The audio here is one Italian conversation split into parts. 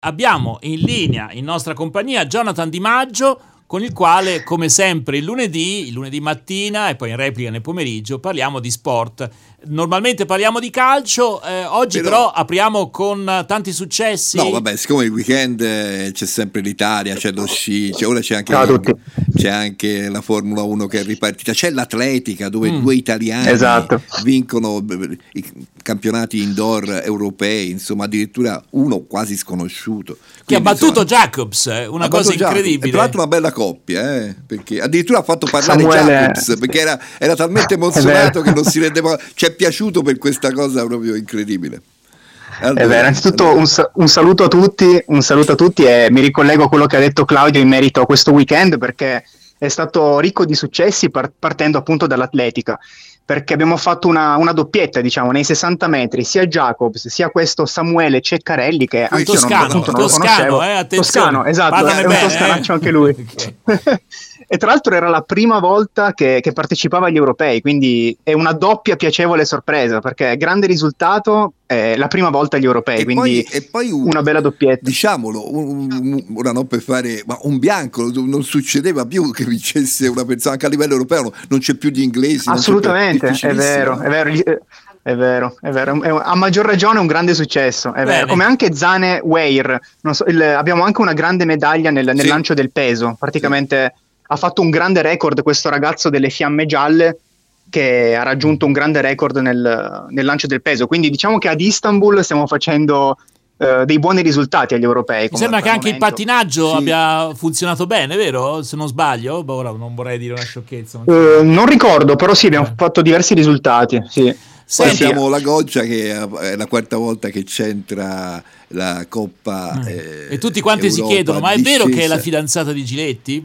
abbiamo in linea, in nostra compagnia, Jonathan Di Maggio, con il quale, come sempre, il lunedì mattina e poi in replica nel pomeriggio, parliamo di sport. Normalmente parliamo di calcio, oggi però apriamo con tanti successi. No, vabbè, siccome il weekend c'è sempre l'Italia, c'è lo sci, ora c'è anche la Formula 1 che è ripartita, c'è l'atletica dove due italiani vincono i campionati indoor europei, insomma addirittura uno quasi sconosciuto. Che ha battuto Jacobs, una cosa incredibile. E tra l'altro una bella coppia, perché addirittura ha fatto parlare Jacobs, perché era talmente emozionato che non si rendeva... Ci è piaciuto per questa cosa proprio incredibile. Allora, innanzitutto un saluto a tutti e mi ricollego a quello che ha detto Claudio in merito a questo weekend, perché è stato ricco di successi partendo appunto dall'atletica, perché abbiamo fatto una doppietta, diciamo, nei 60 metri, sia Jacobs sia questo Samuele Ceccarelli, che anche Toscano, non lo conoscevo. Attenzione. Toscano, esatto, è un toscanaccio anche lui. Okay. E tra l'altro era la prima volta che partecipava agli europei, quindi è una doppia piacevole sorpresa, perché grande risultato, la prima volta agli europei, e poi una bella doppietta. Diciamolo, ora non per fare, ma un bianco, non succedeva più che vincesse una persona, anche a livello europeo non c'è più di inglesi. Assolutamente, è vero. È vero, a maggior ragione è un grande successo, è vero. Come anche Zane Weir, abbiamo anche una grande medaglia nel lancio del peso, praticamente ha fatto un grande record questo ragazzo delle fiamme gialle, che ha raggiunto un grande record nel lancio del peso, quindi diciamo che ad Istanbul stiamo facendo dei buoni risultati agli europei. Mi sembra che anche il pattinaggio abbia funzionato bene, vero? Se non sbaglio, ora non vorrei dire una sciocchezza. Non ricordo, però sì, abbiamo fatto diversi risultati, sì. Poi abbiamo la Goggia, che è la quarta volta che c'entra la Coppa e tutti quanti si chiedono, ma è vero che è la fidanzata di Giletti?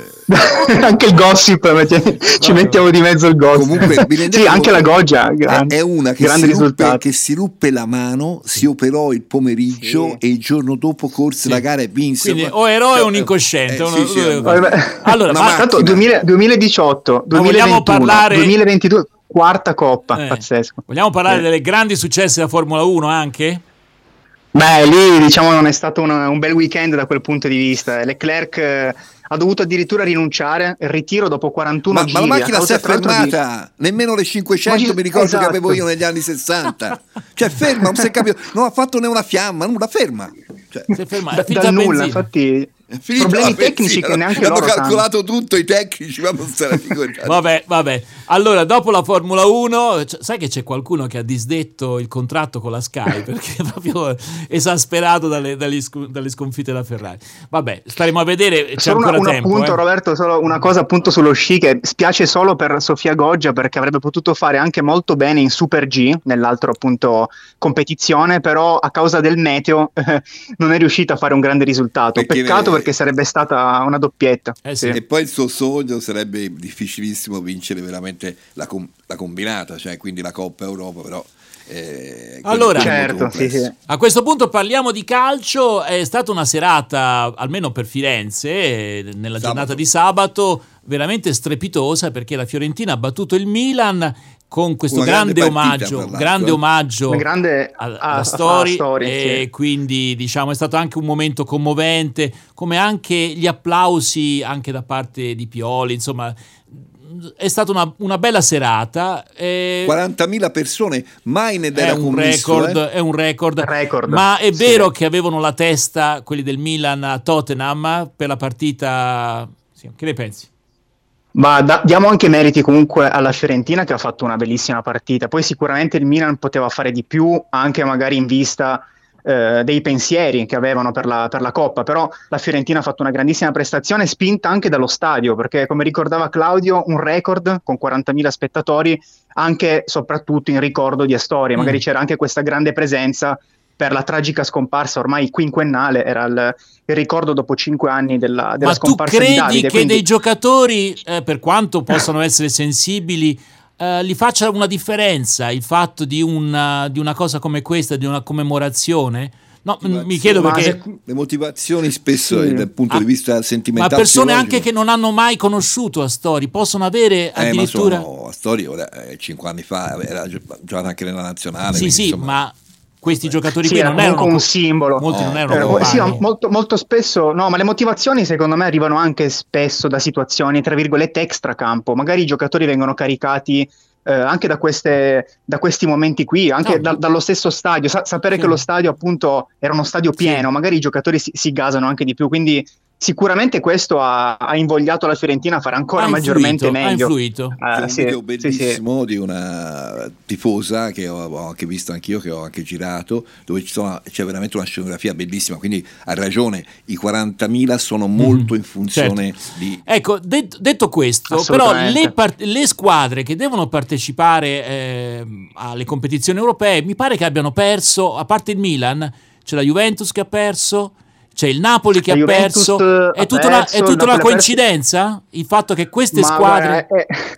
Anche il gossip, ci mettiamo di mezzo il gossip. Comunque, sì, anche la Goggia è una che si ruppe la mano, si operò il pomeriggio e il giorno dopo corse la gara e vinse. Quindi o eroe o un incosciente. Allora, ma tanto 2018, 2021, parlare... 2022 quarta Coppa, pazzesco. Vogliamo parlare delle grandi successi della Formula 1 anche? Beh, lì diciamo non è stato un bel weekend da quel punto di vista. Leclerc ha dovuto addirittura rinunciare il ritiro dopo 41 giri. Ma la macchina si è fermata, nemmeno le 500 mi ricordo che avevo io negli anni 60. Cioè ferma, non si è capito, non ha fatto né una fiamma, nulla, ferma. Cioè, si è fermata, dal nulla, infatti... Problemi tecnici che neanche hanno loro calcolato tutto i tecnici, ma non se la ricordano. Vabbè. Allora, dopo la Formula 1, sai che c'è qualcuno che ha disdetto il contratto con la Sky perché è proprio esasperato dalle sconfitte della Ferrari. Vabbè, staremo a vedere, c'è solo ancora tempo. Appunto, Roberto, solo una cosa appunto sullo sci, che spiace solo per Sofia Goggia, perché avrebbe potuto fare anche molto bene in Super G, nell'altro appunto competizione, però a causa del meteo non è riuscita a fare un grande risultato. Peccato, perché sarebbe stata una doppietta. Sì. E poi il suo sogno sarebbe difficilissimo vincere veramente la combinata, cioè quindi la Coppa Europa, però allora, certo, sì. A questo punto parliamo di calcio. È stata una serata, almeno per Firenze, nella giornata di sabato, veramente strepitosa, perché la Fiorentina ha battuto il Milan con questo grande omaggio alla Story, e quindi diciamo è stato anche un momento commovente, come anche gli applausi anche da parte di Pioli, insomma è stata una bella serata. 40.000 persone, mai ne era commesso. È un record, ma è vero che avevano la testa quelli del Milan a Tottenham per la partita. Che ne pensi? Ma diamo anche meriti comunque alla Fiorentina, che ha fatto una bellissima partita. Poi sicuramente il Milan poteva fare di più, anche magari in vista dei pensieri che avevano per la Coppa, però la Fiorentina ha fatto una grandissima prestazione, spinta anche dallo stadio, perché come ricordava Claudio, un record con 40.000 spettatori, anche soprattutto in ricordo di Astoria. Magari c'era anche questa grande presenza per la tragica scomparsa ormai quinquennale, era il ricordo dopo 5 anni della scomparsa di Davide. Ma tu credi che dei giocatori, per quanto possano essere sensibili, li faccia una differenza il fatto di una cosa come questa, di una commemorazione? No, mi chiedo perché le motivazioni spesso dal punto di vista sentimentale, ma persone anche che non hanno mai conosciuto Astori possono avere addirittura Astori ora 5 anni fa era giocato anche nella nazionale, sì, ma questi giocatori qui non erano un simbolo. Molti non erano sì, molto spesso no, ma le motivazioni secondo me arrivano anche spesso da situazioni tra virgolette extracampo. Magari i giocatori vengono caricati anche da questi momenti qui, anche dallo stesso stadio. Sapere che lo stadio appunto era uno stadio pieno, magari i giocatori si gasano anche di più, quindi sicuramente questo ha invogliato la Fiorentina a fare ancora maggiormente meglio. Ha influito. C'è un video bellissimo di una tifosa che ho anche visto anch'io, che ho anche girato, dove c'è veramente una scenografia bellissima, quindi ha ragione, i 40.000 sono molto in funzione di... Ecco, detto questo, però le squadre che devono partecipare alle competizioni europee mi pare che abbiano perso, a parte il Milan, c'è la Juventus che ha perso, c'è il Napoli che ha perso. È tutta una coincidenza il fatto che queste squadre...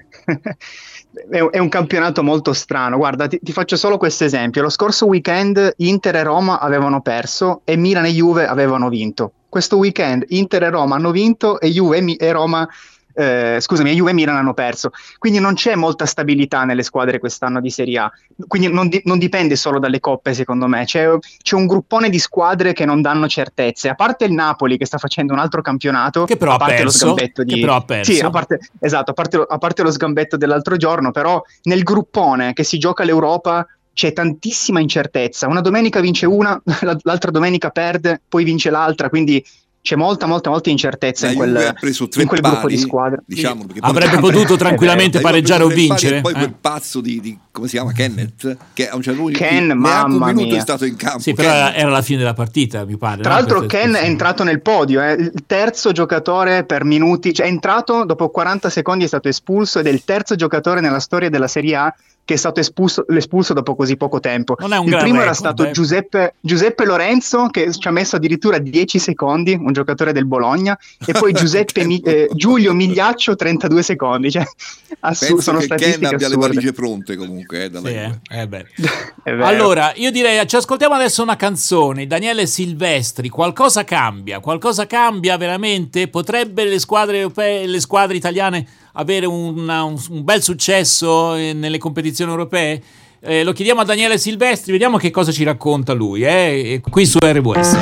È un campionato molto strano. Guarda, ti faccio solo questo esempio. Lo scorso weekend Inter e Roma avevano perso e Milan e Juve avevano vinto. Questo weekend Inter e Roma hanno vinto e Juve e Roma... Juve e Milan hanno perso, quindi non c'è molta stabilità nelle squadre quest'anno di Serie A, quindi non dipende solo dalle coppe, secondo me c'è un gruppone di squadre che non danno certezze, a parte il Napoli che sta facendo un altro campionato, che però ha perso, sì, a parte lo sgambetto dell'altro giorno, però nel gruppone che si gioca l'Europa c'è tantissima incertezza, una domenica vince una, l'altra domenica perde, poi vince l'altra, quindi c'è molta incertezza in quel gruppo di squadre. Diciamo, avrebbe potuto tranquillamente pareggiare o vincere. Poi quel pazzo di come si chiama, Kenneth, che a un certo punto neanche un minuto è stato in campo. Sì, però era la fine della partita, mi pare. Tra l'altro Ken è entrato nel podio, il terzo giocatore per minuti, cioè è entrato dopo 40 secondi, è stato espulso ed è il terzo giocatore nella storia della Serie A che è stato espulso dopo così poco tempo. Il primo era stato Giuseppe Lorenzo, che ci ha messo addirittura 10 secondi, un giocatore del Bologna, e poi Giulio Migliaccio 32 secondi. Cioè, sono che Ken abbia le valigie pronte comunque. Allora, io direi, ci ascoltiamo adesso una canzone, Daniele Silvestri, Qualcosa cambia veramente? Potrebbe le squadre europee, le squadre italiane avere un bel successo nelle competizioni europee? Lo chiediamo a Daniele Silvestri, vediamo che cosa ci racconta lui, qui su RWS.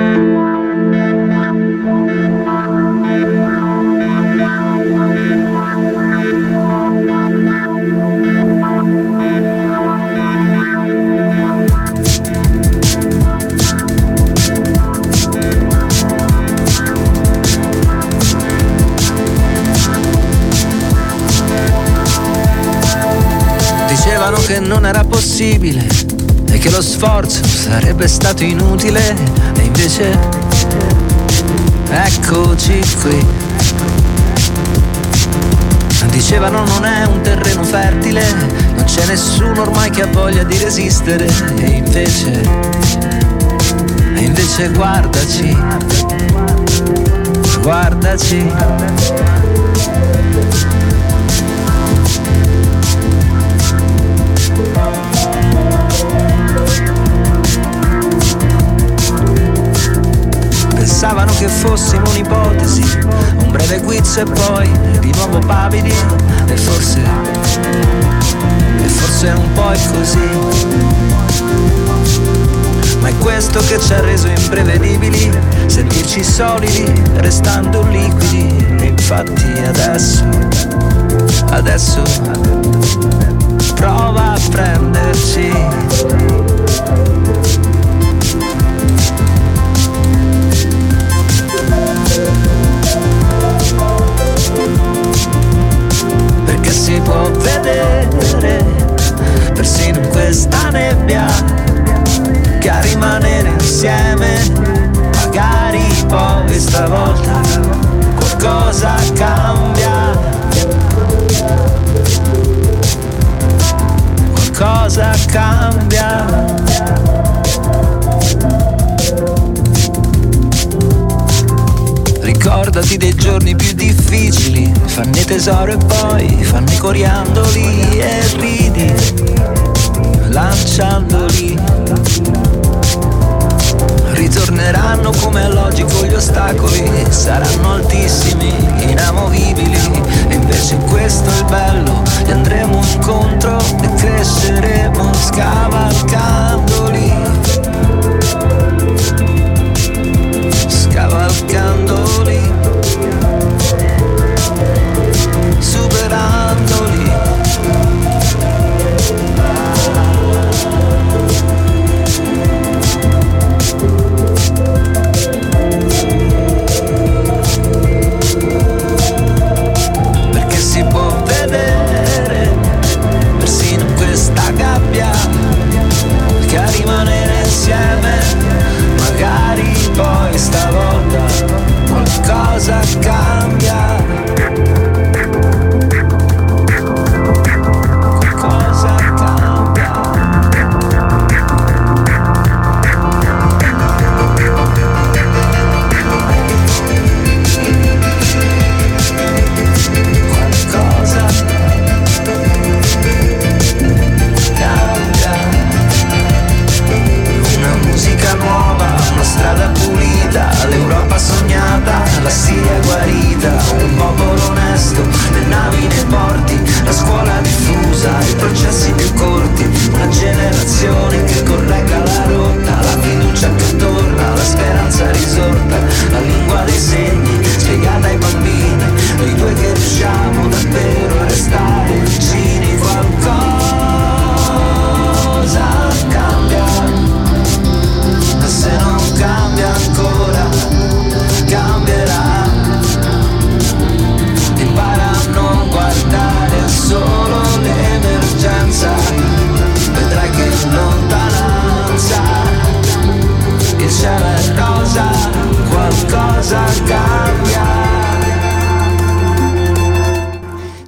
Che non era possibile e che lo sforzo sarebbe stato inutile, e invece eccoci qui. Dicevano non è un terreno fertile, non c'è nessuno ormai che ha voglia di resistere, e invece guardaci. Pensavano che fossimo un'ipotesi, un breve quiz e poi di nuovo pavidi, e forse un po' è così. Ma è questo che ci ha reso imprevedibili, sentirci solidi restando liquidi. E infatti adesso prova a prenderci. Perché si può vedere persino in questa nebbia che a rimanere insieme magari poi stavolta qualcosa cambia. Qualcosa cambia. Ricordati dei giorni più difficili, fanne tesoro e poi fanne coriandoli e ridi, lanciandoli. Ritorneranno come è logico gli ostacoli, saranno altissimi, inamovibili, e invece questo è il bello, gli andremo incontro e cresceremo scavalcandoli.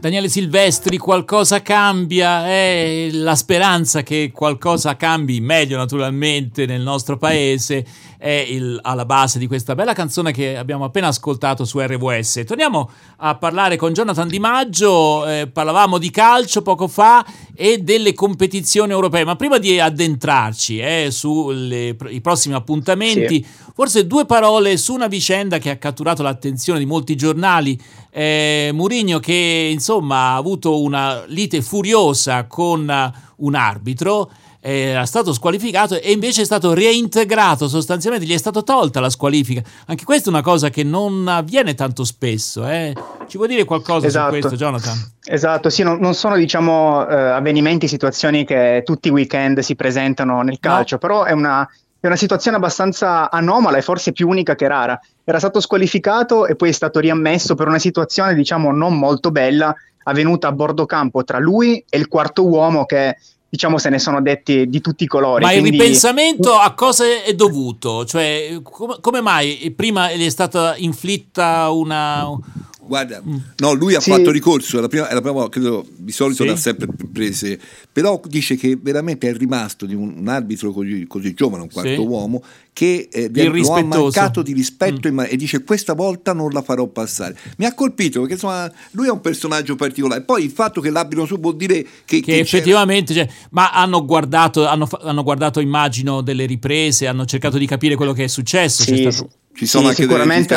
Daniele Silvestri, qualcosa cambia, è la speranza che qualcosa cambi meglio naturalmente nel nostro paese è alla base di questa bella canzone che abbiamo appena ascoltato su RWS. Torniamo a parlare con Jonathan Di Maggio, parlavamo di calcio poco fa e delle competizioni europee, ma prima di addentrarci sui prossimi appuntamenti, forse due parole su una vicenda che ha catturato l'attenzione di molti giornali. Mourinho che insomma ha avuto una lite furiosa con un arbitro, era stato squalificato e invece è stato reintegrato, sostanzialmente gli è stata tolta la squalifica. Anche questa è una cosa che non avviene tanto spesso. Ci vuoi dire qualcosa su questo, Jonathan? Esatto, sì, non sono avvenimenti, situazioni che tutti i weekend si presentano nel calcio, però è una situazione abbastanza anomala e forse più unica che rara. Era stato squalificato e poi è stato riammesso per una situazione non molto bella avvenuta a bordo campo tra lui e il quarto uomo che se ne sono detti di tutti i colori. Ma il ripensamento a cosa è dovuto? Cioè, come mai prima gli è stata inflitta una... Guarda, no, lui ha fatto ricorso, è la prima, credo, di solito dà sempre prese, però dice che veramente è rimasto di un arbitro così giovane, un quarto uomo, che lo ha mancato di rispetto e dice questa volta non la farò passare. Mi ha colpito perché insomma lui è un personaggio particolare, poi il fatto che l'abbiano su vuol dire che effettivamente ma hanno guardato immagino delle riprese, hanno cercato di capire quello che è successo. Ci sono anche sicuramente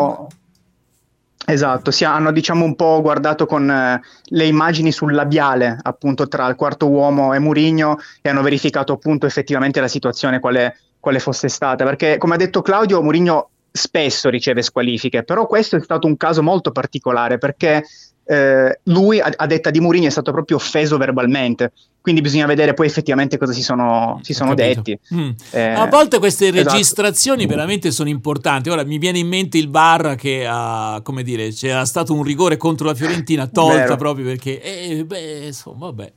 Esatto, hanno un po' guardato con le immagini sul labiale appunto tra il quarto uomo e Mourinho e hanno verificato appunto effettivamente la situazione quale fosse stata, perché come ha detto Claudio, Mourinho spesso riceve squalifiche, però questo è stato un caso molto particolare perché lui, a detta di Mourinho, è stato proprio offeso verbalmente, quindi bisogna vedere poi effettivamente cosa si sono detti. A volte queste registrazioni veramente sono importanti. Ora mi viene in mente il VAR che c'era stato un rigore contro la Fiorentina tolta proprio perché insomma vabbè,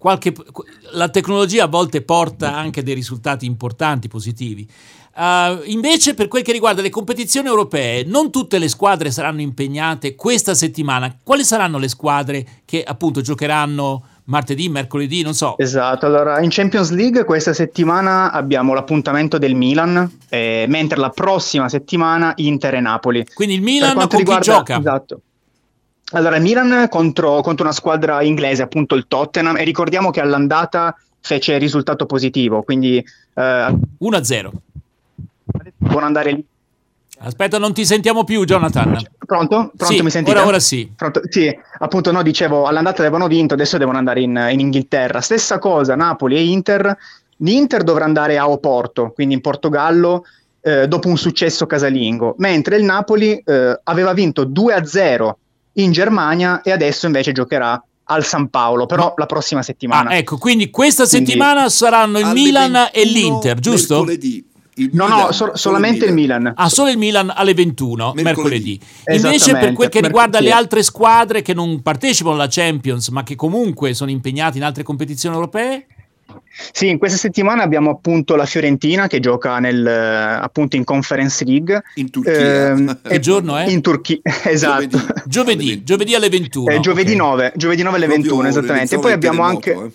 la tecnologia a volte porta anche dei risultati importanti, positivi. Invece per quel che riguarda le competizioni europee, non tutte le squadre saranno impegnate questa settimana. Quali saranno le squadre che appunto giocheranno martedì, mercoledì, non so? Esatto, allora in Champions League questa settimana abbiamo l'appuntamento del Milan, mentre la prossima settimana Inter e Napoli. Quindi il Milan con chi gioca? Esatto. Allora il Milan contro una squadra inglese, appunto il Tottenham, e ricordiamo che all'andata fece risultato positivo, quindi 1-0. Buon andare lì. Aspetta, non ti sentiamo più, Jonathan. Pronto? Sì, mi sentite? Ora sì. Pronto? Sì, appunto dicevo, all'andata avevano vinto, adesso devono andare in Inghilterra. Stessa cosa, Napoli e Inter. L'Inter dovrà andare a Oporto, quindi in Portogallo, dopo un successo casalingo, mentre il Napoli aveva vinto 2-0 in Germania e adesso invece giocherà al San Paolo, però la prossima settimana. Ecco, quindi questa settimana saranno il Milan e l'Inter, giusto? Mercoledì. Solamente il Milan. Solo il Milan alle 21 mercoledì. Invece per quel che riguarda le altre squadre che non partecipano alla Champions ma che comunque sono impegnate in altre competizioni europee? Sì, in questa settimana abbiamo appunto la Fiorentina che gioca appunto in Conference League in Turchia. Che giorno è? In Turchia, esatto. Giovedì alle 21. Giovedì 9 alle 21, esattamente. E poi abbiamo anche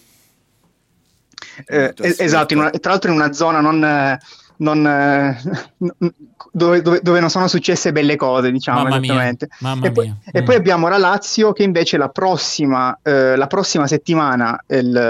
esatto, tra l'altro in una zona dove non sono successe belle cose, diciamo. Mamma esattamente. Mamma mia. E poi abbiamo la Lazio che invece la prossima settimana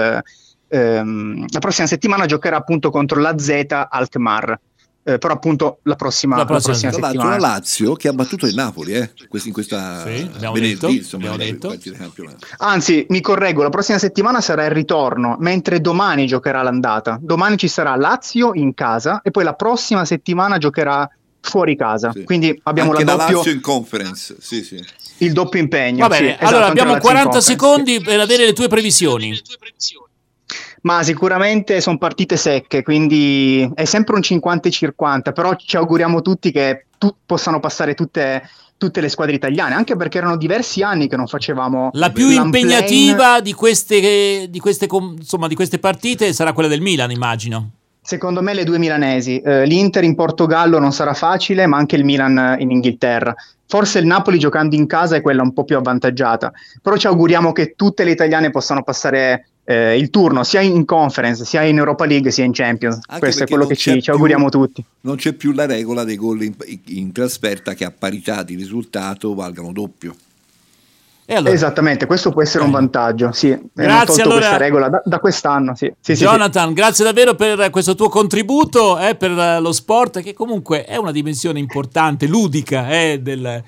giocherà appunto contro la Z Alkmaar. Però appunto la prossima settimana. La Lazio che ha battuto il Napoli in questa venerdì, abbiamo detto. Anzi, mi correggo, la prossima settimana sarà il ritorno, mentre domani giocherà l'andata. Domani ci sarà Lazio in casa e poi la prossima settimana giocherà fuori casa. Quindi abbiamo anche la Lazio in Conference, il doppio impegno. Va bene, allora abbiamo 40 secondi per avere le tue previsioni. Ma sicuramente sono partite secche, quindi è sempre un 50-50, però ci auguriamo tutti che possano passare tutte le squadre italiane, anche perché erano diversi anni che non facevamo la più impegnativa di queste partite sarà quella del Milan, immagino. Secondo me le due milanesi, l'Inter in Portogallo non sarà facile, ma anche il Milan in Inghilterra. Forse il Napoli giocando in casa è quella un po' più avvantaggiata, però ci auguriamo che tutte le italiane possano passare il turno, sia in Conference, sia in Europa League, sia in Champions. Anche questo è quello che ci auguriamo tutti. Non c'è più la regola dei gol in trasferta, che a parità di risultato valgano doppio. Allora, esattamente, questo può essere un vantaggio. Sì, grazie allora, questa regola da quest'anno. Sì. Jonathan, grazie davvero per questo tuo contributo per lo sport, che comunque è una dimensione importante, ludica della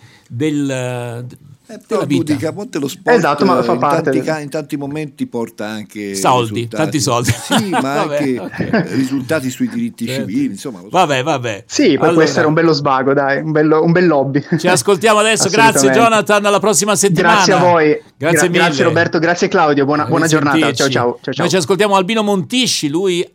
vita. Ludica, lo sport, esatto, ma fa parte in tanti momenti porta anche soldi, tanti soldi. Sì, ma anche risultati sui diritti civili, insomma. Vabbè. Sì, può essere un bello svago, dai, un bel hobby. Ci ascoltiamo adesso, grazie Jonathan, alla prossima settimana. Grazie a voi. Grazie mille. Grazie Roberto, grazie Claudio, buona giornata. Ciao. Noi ci ascoltiamo Albino Montisci, lui